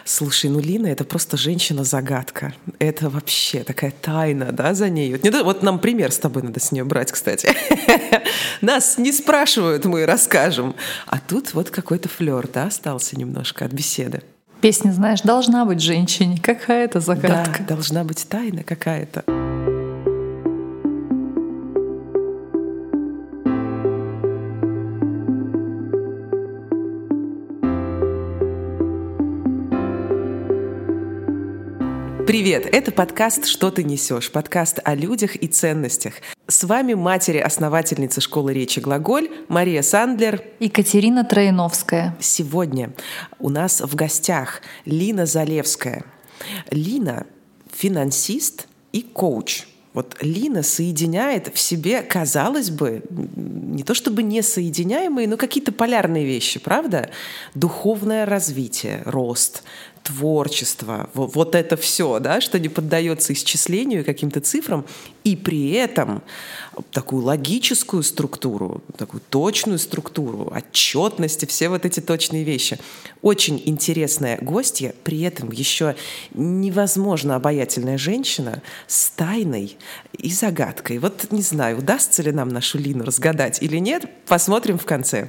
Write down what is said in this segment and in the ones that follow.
Слушай, ну Лина — это просто женщина-загадка. Это вообще такая тайна, да, за ней. Вот нам пример с тобой надо с нее брать, кстати. Нас не спрашивают, мы расскажем. А тут вот какой-то флёр, да, остался немножко от беседы. Песня, знаешь, должна быть женщине. Какая-то загадка. Да, должна быть тайна какая-то. Привет! Это подкаст «Что ты несешь?» Подкаст о людях и ценностях. С вами матери-основательницы школы речи «Глаголь» Мария Сандлер и Катерина Троиновская. Сегодня у нас в гостях Лина Залевская. Лина — финансист и коуч. Вот Лина соединяет в себе, казалось бы, не то чтобы несоединяемые, но какие-то полярные вещи, правда? Духовное развитие, рост, творчество, вот это все, да, что не поддается исчислению, каким-то цифрам, и при этом такую логическую структуру, такую точную структуру, отчетность и все вот эти точные вещи. Очень интересная гостья, при этом еще невозможно обаятельная женщина с тайной и загадкой. Вот не знаю, удастся ли нам нашу Лину разгадать или нет, посмотрим в конце.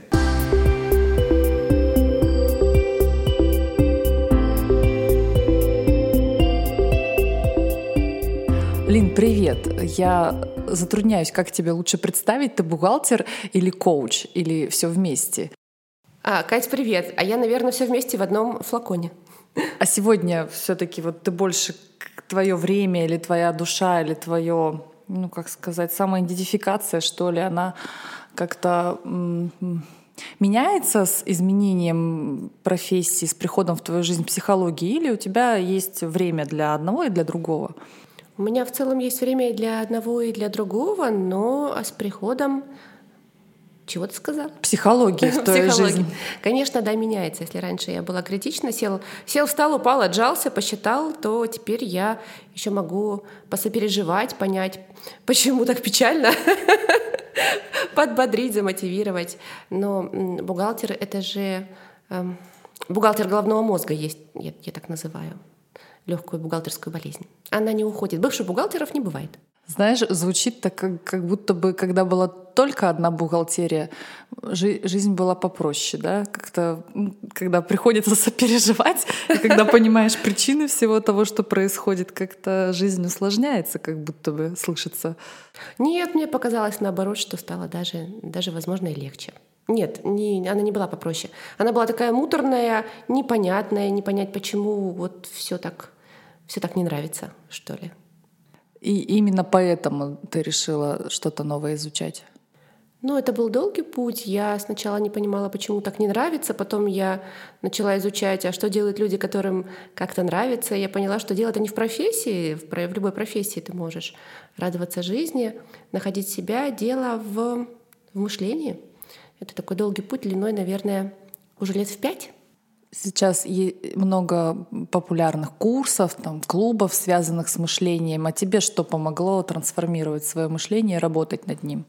Лин, привет. Я затрудняюсь, как тебя лучше представить. Ты бухгалтер или коуч, или все вместе? Кать, привет. А я, наверное, все вместе в одном флаконе. А сегодня все-таки вот ты больше твое время или твоя душа, или твое, ну как сказать, самоидентификация, что ли, она как-то меняется с изменением профессии, с приходом в твою жизнь психологии, или у тебя есть время для одного и для другого? У меня в целом есть время и для одного, и для другого, но с приходом... Чего ты сказал? Психологии в твоей жизни. Конечно, да, меняется. Если раньше я была критична, сел, встал, упал, отжался, посчитал, то теперь я еще могу посопереживать, понять, почему так печально, подбодрить, замотивировать. Но бухгалтер — это же... Бухгалтер головного мозга есть, я так называю. Легкую бухгалтерскую болезнь. Она не уходит. Бывших бухгалтеров не бывает. Знаешь, звучит так, как будто бы, когда была только одна бухгалтерия, жизнь была попроще, да? Как-то, когда приходится сопереживать, и когда понимаешь причины всего того, что происходит, как-то жизнь усложняется, как будто бы слышится. Нет, мне показалось наоборот, что стало даже возможно, и легче. Нет, она не была попроще. Она была такая муторная, непонятная, не понять, почему вот все так не нравится, что ли. И именно поэтому ты решила что-то новое изучать? Ну, это был долгий путь. Я сначала не понимала, почему так не нравится. Потом я начала изучать, а что делают люди, которым как-то нравится. Я поняла, что дело это не в профессии. В любой профессии ты можешь радоваться жизни, находить себя. Дело в мышлении. Это такой долгий путь, длиной, наверное, уже лет в 5. Сейчас много популярных курсов, клубов, связанных с мышлением. А тебе что помогло трансформировать свое мышление и работать над ним?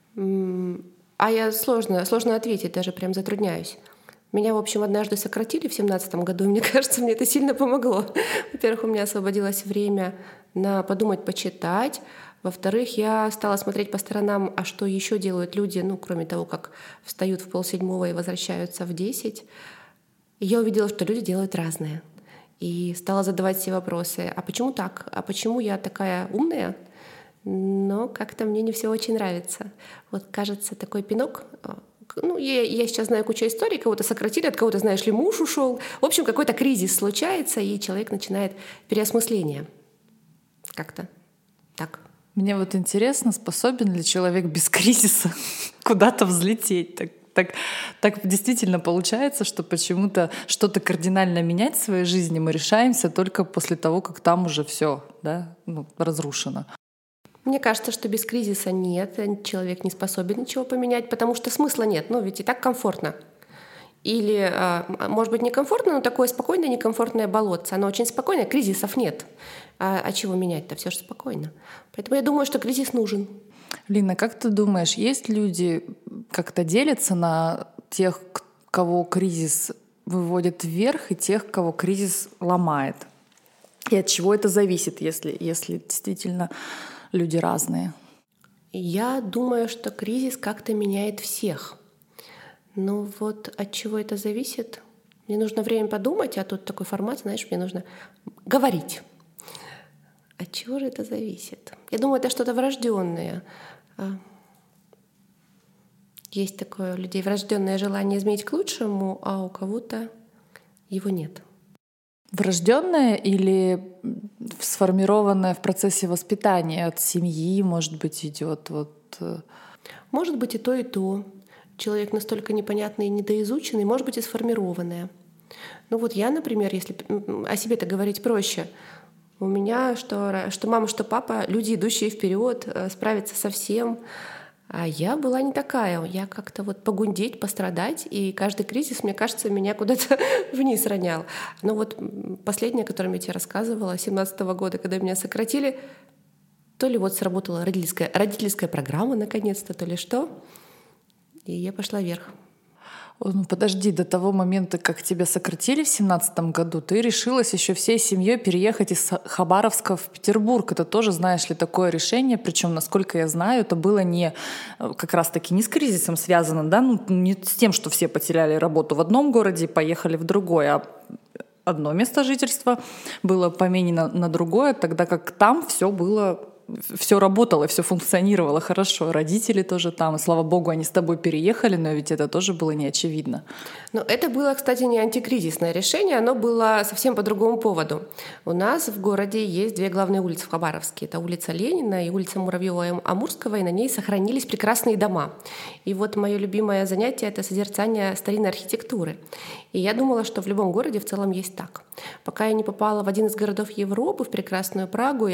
Я сложно ответить, даже прям затрудняюсь. Меня, в общем, однажды сократили в 2017 году, и мне кажется, мне это сильно помогло. Во-первых, у меня освободилось время на подумать, почитать. Во-вторых, я стала смотреть по сторонам, а что еще делают люди, кроме того, как встают в 6:30 и возвращаются в 10. И я увидела, что люди делают разное. И стала задавать себе вопросы. А почему так? А почему я такая умная? Но как-то мне не все очень нравится. Вот кажется, такой пинок. Я сейчас знаю кучу историй, кого-то сократили, от кого-то, знаешь ли, муж ушел. В общем, какой-то кризис случается, и человек начинает переосмысление. Как-то так. Мне вот интересно, способен ли человек без кризиса куда-то взлететь? Так действительно получается, что почему-то что-то кардинально менять в своей жизни мы решаемся только после того, как там уже все, да, разрушено. Мне кажется, что без кризиса нет, человек не способен ничего поменять, потому что смысла нет, ведь и так комфортно. Или, может быть, некомфортно, но такое спокойное, некомфортное болотце. Оно очень спокойное, кризисов нет. А чего менять-то? Все же спокойно. Поэтому я думаю, что кризис нужен. Лина, как ты думаешь, есть люди как-то делятся на тех, кого кризис выводит вверх, и тех, кого кризис ломает? И от чего это зависит, если действительно люди разные? Я думаю, что кризис как-то меняет всех. Но вот от чего это зависит? Мне нужно время подумать, а тут такой формат, знаешь, мне нужно говорить. От чего же это зависит? Я думаю, это что-то врожденное. Есть такое у людей врожденное желание изменить к лучшему, а у кого-то его нет. Врожденное или сформированное в процессе воспитания от семьи, может быть, идет вот? Может быть и то, и то. Человек настолько непонятный и недоизученный, может быть и сформированное. Ну вот я, например, если о себе-то говорить проще, у меня что мама, что папа, люди, идущие вперед, справятся со всем. А я была не такая. Я как-то вот погундеть, пострадать, и каждый кризис, мне кажется, меня куда-то вниз ронял. Но вот последнее, о котором я тебе рассказывала, 17-го года, когда меня сократили, то ли вот сработала родительская программа наконец-то, то ли что, и я пошла вверх. Ну подожди, до того момента, как тебя сократили в 17 году, ты решилась еще всей семьей переехать из Хабаровска в Петербург. Это тоже, знаешь ли, такое решение. Причем, насколько я знаю, это было не как раз-таки не с кризисом связано, да, ну не с тем, что все потеряли работу в одном городе и поехали в другой, а одно место жительства было поменено на другое, тогда как там все работало, все функционировало хорошо. Родители тоже там, и слава богу, они с тобой переехали, но ведь это тоже было не очевидно. Но это было, кстати, не антикризисное решение, оно было совсем по другому поводу. У нас в городе есть две главные улицы в Хабаровске. Это улица Ленина и улица Муравьева-Амурского, и на ней сохранились прекрасные дома. И вот мое любимое занятие — это созерцание старинной архитектуры. И я думала, что в любом городе в целом есть так. Пока я не попала в один из городов Европы, в прекрасную Прагу,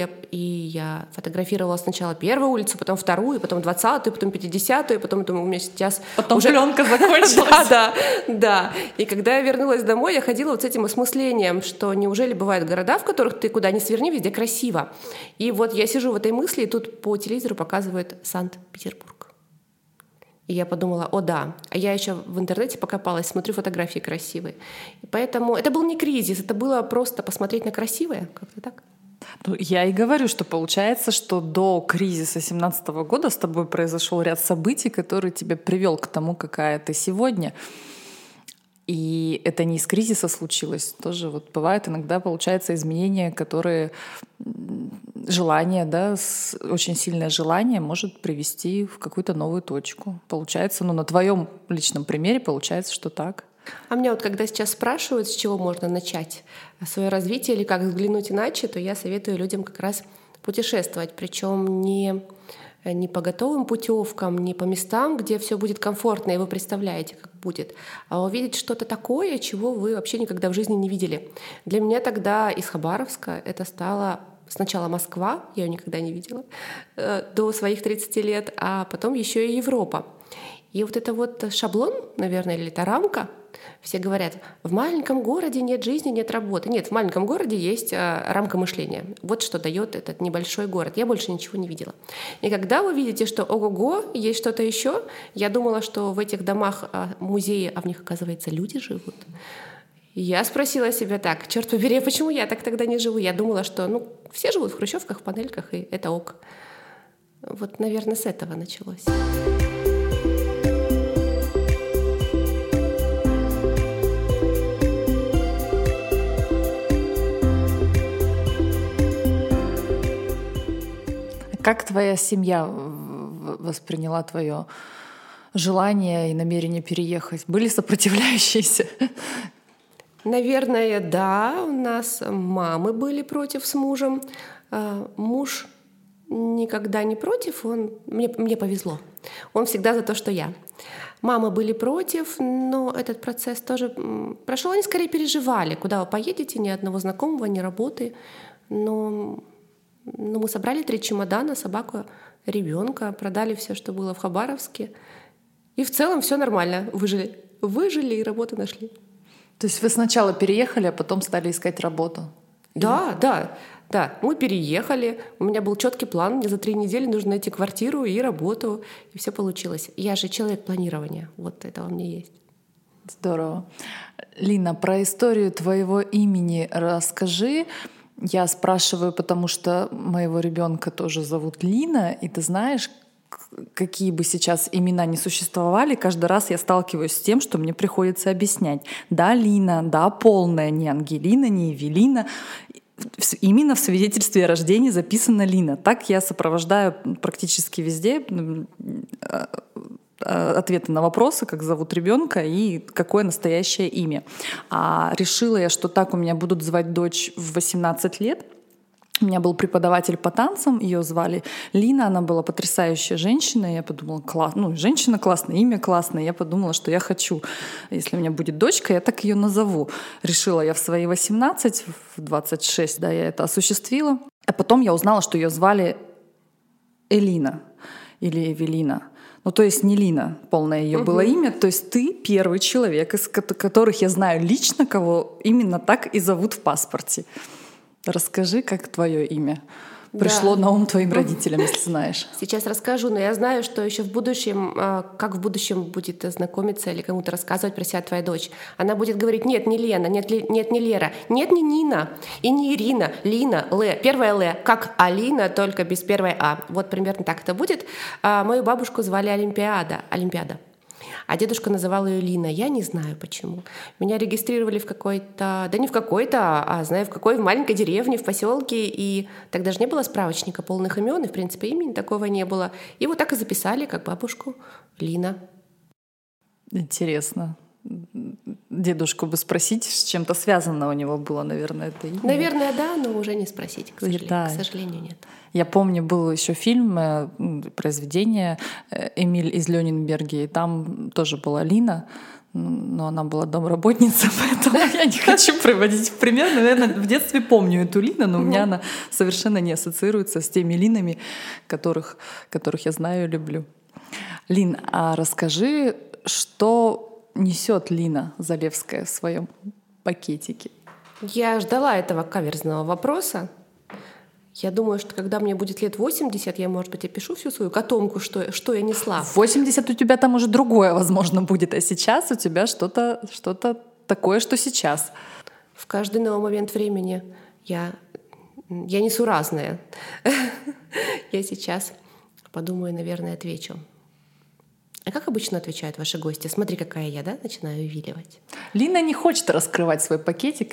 я фотографировала сначала первую улицу, потом вторую, потом 20-ю, потом 50-ю, потом думаю, у меня сейчас потом уже... пленка закончилась. Да. И когда я вернулась домой, я ходила вот с этим осмыслением, что неужели бывают города, в которых ты куда ни сверни, везде красиво. И вот я сижу в этой мысли, и тут по телевизору показывают Санкт-Петербург. И я подумала, о да, а я еще в интернете покопалась, смотрю фотографии красивые. И поэтому это был не кризис, это было просто посмотреть на красивое, как-то так. Ну, я и говорю, что получается, что до кризиса 2017 года с тобой произошел ряд событий, который тебя привел к тому, какая ты сегодня. И это не из кризиса случилось. Тоже вот бывают иногда, получается, изменения, которые желание, да, очень сильное желание может привести в какую-то новую точку. Получается, на твоем личном примере получается, что так. А меня вот когда сейчас спрашивают, с чего можно начать свое развитие или как взглянуть иначе, то я советую людям как раз путешествовать, причем не по готовым путевкам, не по местам, где все будет комфортно, и вы представляете, как будет, а увидеть что-то такое, чего вы вообще никогда в жизни не видели. Для меня тогда из Хабаровска это стало сначала Москва, я ее никогда не видела, до своих 30 лет, а потом еще и Европа. И вот это вот шаблон, наверное, или это рамка. Все говорят, в маленьком городе нет жизни, нет работы. Нет, в маленьком городе есть рамка мышления. Вот что дает этот небольшой город. Я больше ничего не видела. И когда вы видите, что ого-го, есть что-то еще, я думала, что в этих домах музеи, а в них, оказывается, люди живут. И я спросила себя так, черт побери, а почему я так тогда не живу? Я думала, что все живут в хрущевках, в панельках, и это ок. Вот, наверное, с этого началось. Как твоя семья восприняла твое желание и намерение переехать? Были сопротивляющиеся? Наверное, да. У нас мамы были против с мужем. Муж никогда не против. Мне повезло. Он всегда за то, что я. Мамы были против, но этот процесс тоже прошел. Они скорее переживали, куда вы поедете, ни одного знакомого, ни работы. Но мы собрали 3 чемодана, собаку, ребенка, продали все, что было в Хабаровске. И в целом все нормально. Выжили и работу нашли. То есть вы сначала переехали, а потом стали искать работу? Да. Мы переехали. У меня был четкий план. Мне за 3 недели нужно найти квартиру и работу. И все получилось. Я же человек планирования. Вот это во мне есть. Здорово. Лина, про историю твоего имени расскажи. Я спрашиваю, потому что моего ребенка тоже зовут Лина, и ты знаешь, какие бы сейчас имена ни существовали, каждый раз я сталкиваюсь с тем, что мне приходится объяснять. Да, Лина, да, полная, не Ангелина, не Эвелина. Именно в свидетельстве о рождении записана Лина. Так я сопровождаю практически везде ответы на вопросы, как зовут ребенка и какое настоящее имя. А решила я, что так у меня будут звать дочь в 18 лет. У меня был преподаватель по танцам, ее звали Лина, она была потрясающая женщина. Я подумала, женщина классная, имя классное. Я подумала, что я хочу, если у меня будет дочка, я так ее назову. Решила я в свои 18, в 26, да, я это осуществила. А потом я узнала, что ее звали Элина или Эвелина. Ну, то есть не Лина, полное ее было имя. То есть ты первый человек, из которых я знаю лично, кого именно так и зовут в паспорте. Расскажи, как твое имя пришло на ум твоим родителям, если знаешь. Сейчас расскажу, но я знаю, что еще в будущем, как в будущем будет знакомиться или кому-то рассказывать про себя твоя дочь. Она будет говорить: нет, не Лена, нет, не Лера, нет, не Нина и не Ирина, Лина, первая Л, как Алина, только без первой А. Вот примерно так это будет. Мою бабушку звали Олимпиада. А дедушка называл ее Лина. Я не знаю почему. Меня регистрировали в какой-то... Да не в какой-то, а знаю в какой. В маленькой деревне, в поселке. И тогда же не было справочника полных имен. И, в принципе, имени такого не было. И вот так и записали, как бабушку Лина. Интересно. Дедушку бы спросить, с чем-то связано у него было, наверное, это имя. Наверное, да, но уже не спросить, к сожалению, нет. Я помню, был еще фильм, произведение «Эмиль из Лёнинберги», и там тоже была Лина, но она была домработница, поэтому я не хочу приводить в пример. Наверное, в детстве помню эту Лину, но у меня она совершенно не ассоциируется с теми Линами, которых я знаю и люблю. Лин, а расскажи, что несет Лина Залевская в своем пакетике? Я ждала этого каверзного вопроса. Я думаю, что когда мне будет лет 80, я, может быть, опишу всю свою котомку, что я несла. В 80 у тебя там уже другое, возможно, будет, а сейчас у тебя что-то такое, что сейчас. В каждый новый момент времени я несу разное. Я сейчас подумаю, наверное, отвечу. А как обычно отвечают ваши гости? Смотри, какая я, да, начинаю увиливать. Лина не хочет раскрывать свой пакетик.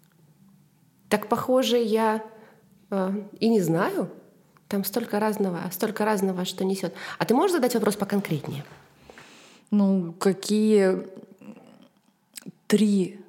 Так, похоже, я и не знаю. Там столько разного, что несет. А ты можешь задать вопрос поконкретнее? Ну, какие 3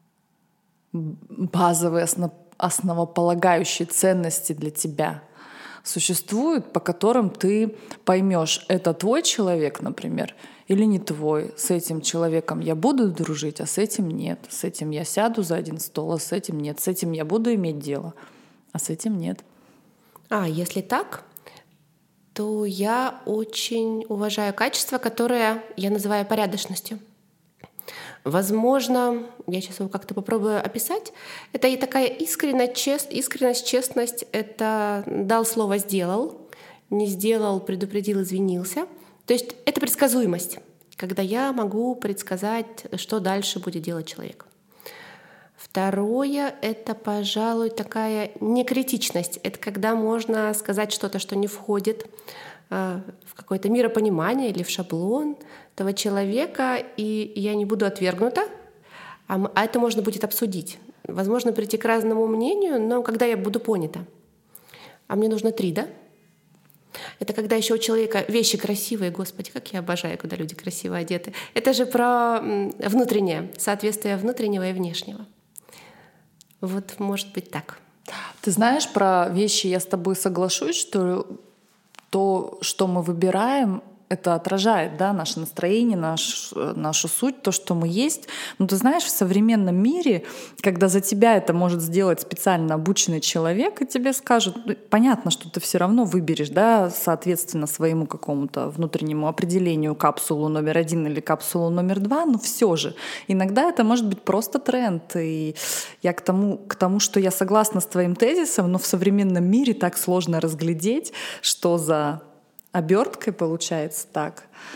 базовые основополагающие ценности для тебя существуют, по которым ты поймешь, это твой человек, например, или не твой. С этим человеком я буду дружить, а с этим нет. С этим я сяду за один стол, а с этим нет. С этим я буду иметь дело, а с этим нет. Если так, то я очень уважаю качество, которое я называю порядочностью. Возможно, я сейчас его как-то попробую описать. Это и такая искренность, честность. Это дал слово — сделал, не сделал — предупредил, извинился. То есть это предсказуемость, когда я могу предсказать, что дальше будет делать человек. Второе — это, пожалуй, такая некритичность. Это когда можно сказать что-то, что не входит в какое-то миропонимание или в шаблон этого человека, и я не буду отвергнута, а это можно будет обсудить. Возможно, прийти к разному мнению, но когда я буду понята. А мне нужно 3, да? Это когда еще у человека вещи красивые, Господи, как я обожаю, когда люди красиво одеты. Это же про внутреннее, соответствие внутреннего и внешнего. Вот, может быть, так. Ты знаешь, про вещи я с тобой соглашусь, что то, что мы выбираем, это отражает, да, наше настроение, нашу суть, то, что мы есть. Но ты знаешь, в современном мире, когда за тебя это может сделать специально обученный человек, и тебе скажут, понятно, что ты все равно выберешь, да, соответственно, своему какому-то внутреннему определению капсулу номер 1 или капсулу номер 2, но все же иногда это может быть просто тренд. И я к тому, что я согласна с твоим тезисом, но в современном мире так сложно разглядеть, что за оберткой получается так.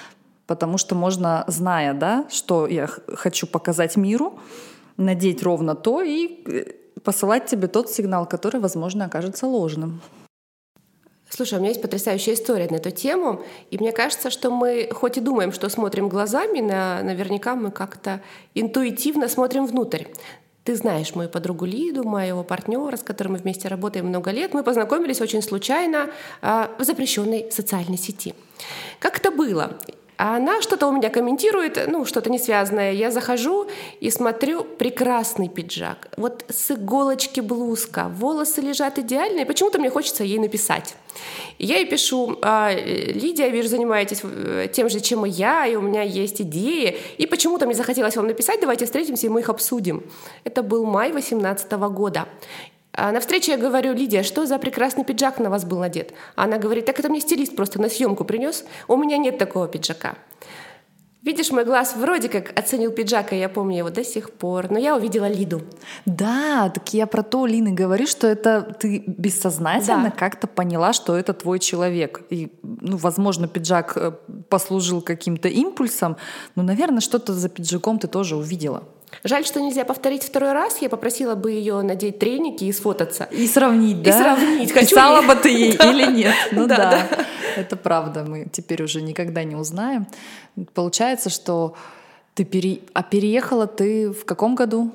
Потому что можно, зная, да, что я хочу показать миру, надеть ровно то и посылать тебе тот сигнал, который, возможно, окажется ложным. Слушай, у меня есть потрясающая история на эту тему, и мне кажется, что мы хоть и думаем, что смотрим глазами, наверняка мы как-то интуитивно смотрим внутрь. Ты знаешь мою подругу Лиду, моего партнера, с которым мы вместе работаем много лет. Мы познакомились очень случайно в запрещенной социальной сети. Как это было? А она что-то у меня комментирует, что-то не связанное. Я захожу и смотрю, прекрасный пиджак. Вот с иголочки блузка, волосы лежат идеально, и почему-то мне хочется ей написать. Я ей пишу: Лидия, я вижу, занимаетесь тем же, чем и я, и у меня есть идеи. И почему-то мне захотелось вам написать, давайте встретимся, и мы их обсудим. Это был май 2018 года. На встрече я говорю: Лидия, что за прекрасный пиджак на вас был надет? Она говорит: так это мне стилист просто на съемку принес. У меня нет такого пиджака. Видишь, мой глаз вроде как оценил пиджак, и я помню его до сих пор. Но я увидела Лиду. Да, так я про то, Лина, говорю, что это ты бессознательно как-то поняла, что это твой человек. И, возможно, пиджак послужил каким-то импульсом, но, наверное, что-то за пиджаком ты тоже увидела. Жаль, что нельзя повторить второй раз. Я попросила бы ее надеть треники и сфотаться. И сравнить, да? И сравнить. Писала бы ты ей или нет. Да, это правда. Мы теперь уже никогда не узнаем. Получается, что ты переехала ты в каком году?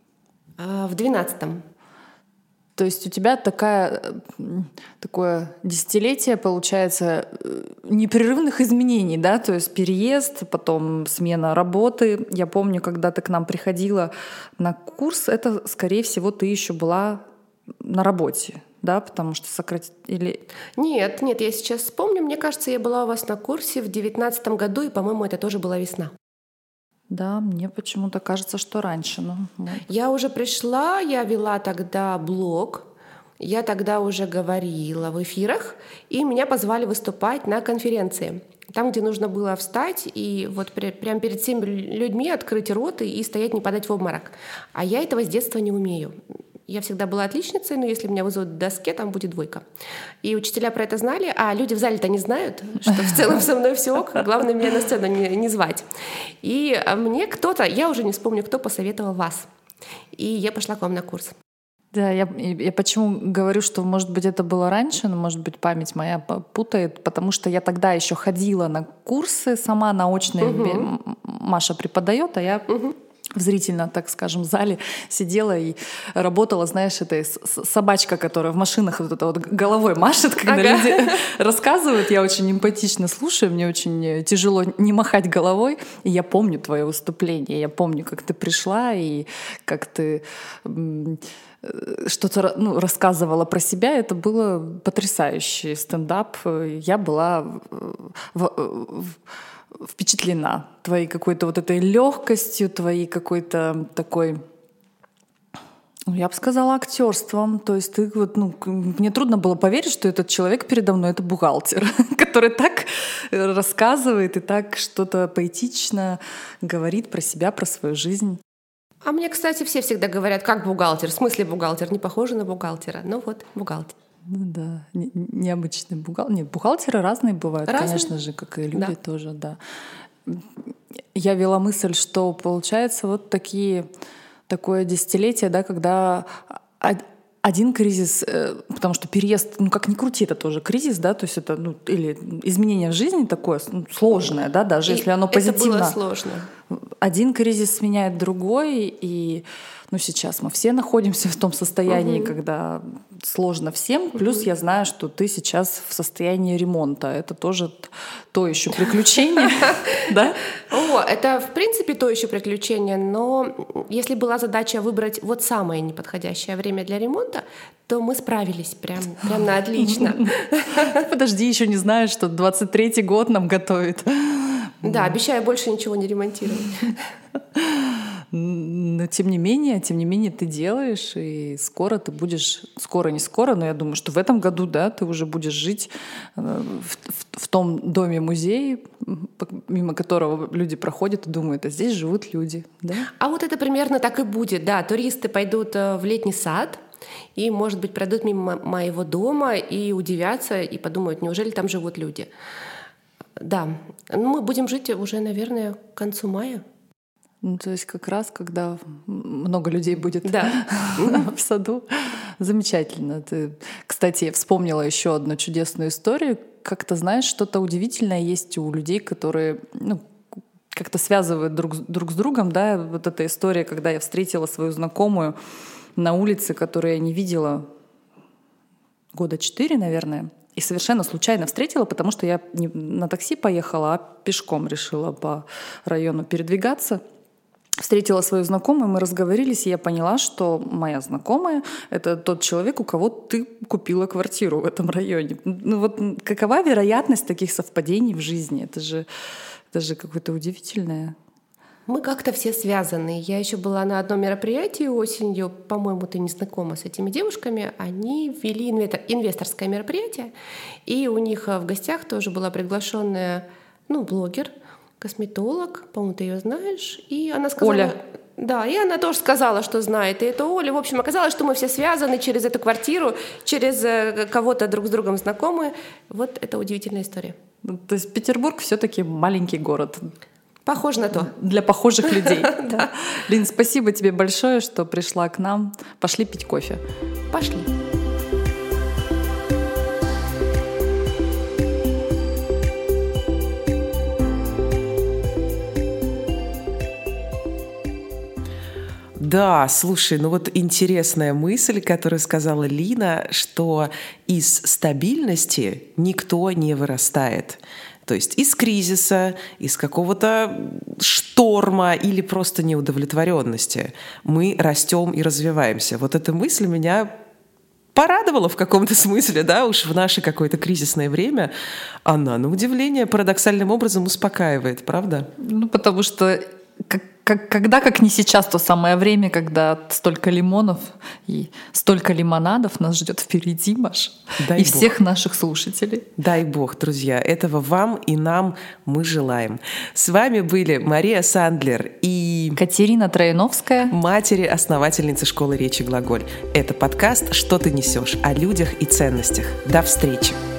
В 12-м. То есть у тебя такое десятилетие, получается, непрерывных изменений, да? То есть переезд, потом смена работы. Я помню, когда ты к нам приходила на курс, это, скорее всего, ты еще была на работе, да? Потому что сократили... Нет, я сейчас вспомню. Мне кажется, я была у вас на курсе в 19-м году, и, по-моему, это тоже была весна. Да, мне почему-то кажется, что раньше. Я уже пришла, я вела тогда блог, я тогда уже говорила в эфирах, и меня позвали выступать на конференции. Там, где нужно было встать и вот прямо перед всеми людьми открыть рот и стоять, не падать в обморок. А я этого с детства не умею. Я всегда была отличницей, но если меня вызовут к доске, там будет двойка. И учителя про это знали, а люди в зале-то не знают, что в целом со мной все ок, главное меня на сцену не звать. И мне кто-то, я уже не вспомню, кто посоветовал вас. И я пошла к вам на курс. Да, я почему говорю, что, может быть, это было раньше, но, может быть, память моя путает, потому что я тогда еще ходила на курсы сама на очные. Маша преподает, а я... в зрительном, так скажем, зале сидела и работала, знаешь, эта собачка, которая в машинах вот это вот головой машет, когда люди рассказывают. Я очень эмпатично слушаю, мне очень тяжело не махать головой. И я помню твое выступление, я помню, как ты пришла и как ты что-то рассказывала про себя. Это было потрясающий стендап. Я была впечатлена твоей какой-то вот этой легкостью, твоей какой-то такой, я бы сказала, актерством. То есть ты мне трудно было поверить, что этот человек передо мной — это бухгалтер, который так рассказывает и так что-то поэтично говорит про себя, про свою жизнь. А мне, кстати, все всегда говорят: как бухгалтер? В смысле бухгалтер? Не похоже на бухгалтера. Ну вот, бухгалтер. Да, необычный бухгалтер. Нет, бухгалтеры разные бывают, конечно же, как и люди тоже, да. Я вела мысль, что получается вот такое десятилетие, да, когда один кризис, потому что переезд, как ни крути, это тоже кризис, да, то есть это, или изменение в жизни такое сложное, да, даже если оно позитивно. Это было сложно. Один кризис сменяет другой, и сейчас мы все находимся в том состоянии, когда сложно всем. Плюс я знаю, что ты сейчас в состоянии ремонта. Это тоже то еще приключение, да? Это в принципе то еще приключение, но если была задача выбрать вот самое неподходящее время для ремонта, то мы справились прям на отлично. Подожди, еще не знаешь, что 23-й год нам готовит. Да, обещаю больше ничего не ремонтировать. Но тем не менее ты делаешь, и скоро ты будешь, не скоро, но я думаю, что в этом году, да, ты уже будешь жить в том доме-музее, мимо которого люди проходят и думают: а здесь живут люди, да? А вот это примерно так и будет, да. Туристы пойдут в летний сад и, может быть, пройдут мимо моего дома и удивятся, и подумают: неужели там живут люди? Да, мы будем жить уже, наверное, к концу мая. Ну, то есть как раз, когда много людей будет Да. в саду. Замечательно. Ты, кстати, я вспомнила еще одну чудесную историю. Как-то, знаешь, что-то удивительное есть у людей, которые как-то связывают друг с другом. Да? Вот эта история, когда я встретила свою знакомую на улице, которую я не видела 4 года, наверное. И совершенно случайно встретила, потому что я не на такси поехала, а пешком решила по району передвигаться. Встретила свою знакомую, мы разговорились, и я поняла, что моя знакомая — это тот человек, у кого ты купила квартиру в этом районе. Ну вот какова вероятность таких совпадений в жизни? Это же какое-то удивительное. Мы как-то все связаны. Я еще была на одном мероприятии осенью, по-моему, ты не знакома с этими девушками. Они ввели инвесторское мероприятие, и у них в гостях тоже была приглашенная блогер, косметолог, по-моему, ты ее знаешь. И она сказала... Оля. Да, и она тоже сказала, что знает. И это Оля. В общем, оказалось, что мы все связаны через эту квартиру, через кого-то друг с другом знакомы. Вот это удивительная история. То есть Петербург все-таки маленький город. Похоже на то. Для похожих людей. Лин, спасибо тебе большое, что пришла к нам. Пошли пить кофе. Пошли. Да, слушай, вот интересная мысль, которую сказала Лина, что из стабильности никто не вырастает. То есть из кризиса, из какого-то шторма или просто неудовлетворенности мы растем и развиваемся. Вот эта мысль меня порадовала в каком-то смысле, да, уж в наше какое-то кризисное время. Она, на удивление, парадоксальным образом успокаивает, правда? Потому что когда, как не сейчас, то самое время, когда столько лимонов и столько лимонадов нас ждет впереди, Маш, и всех наших слушателей. Дай Бог, друзья, этого вам и нам мы желаем. С вами были Мария Сандлер и Катерина Трояновская, матери-основательницы школы речи «Глаголь». Это подкаст «Что ты несешь?» о людях и ценностях. До встречи!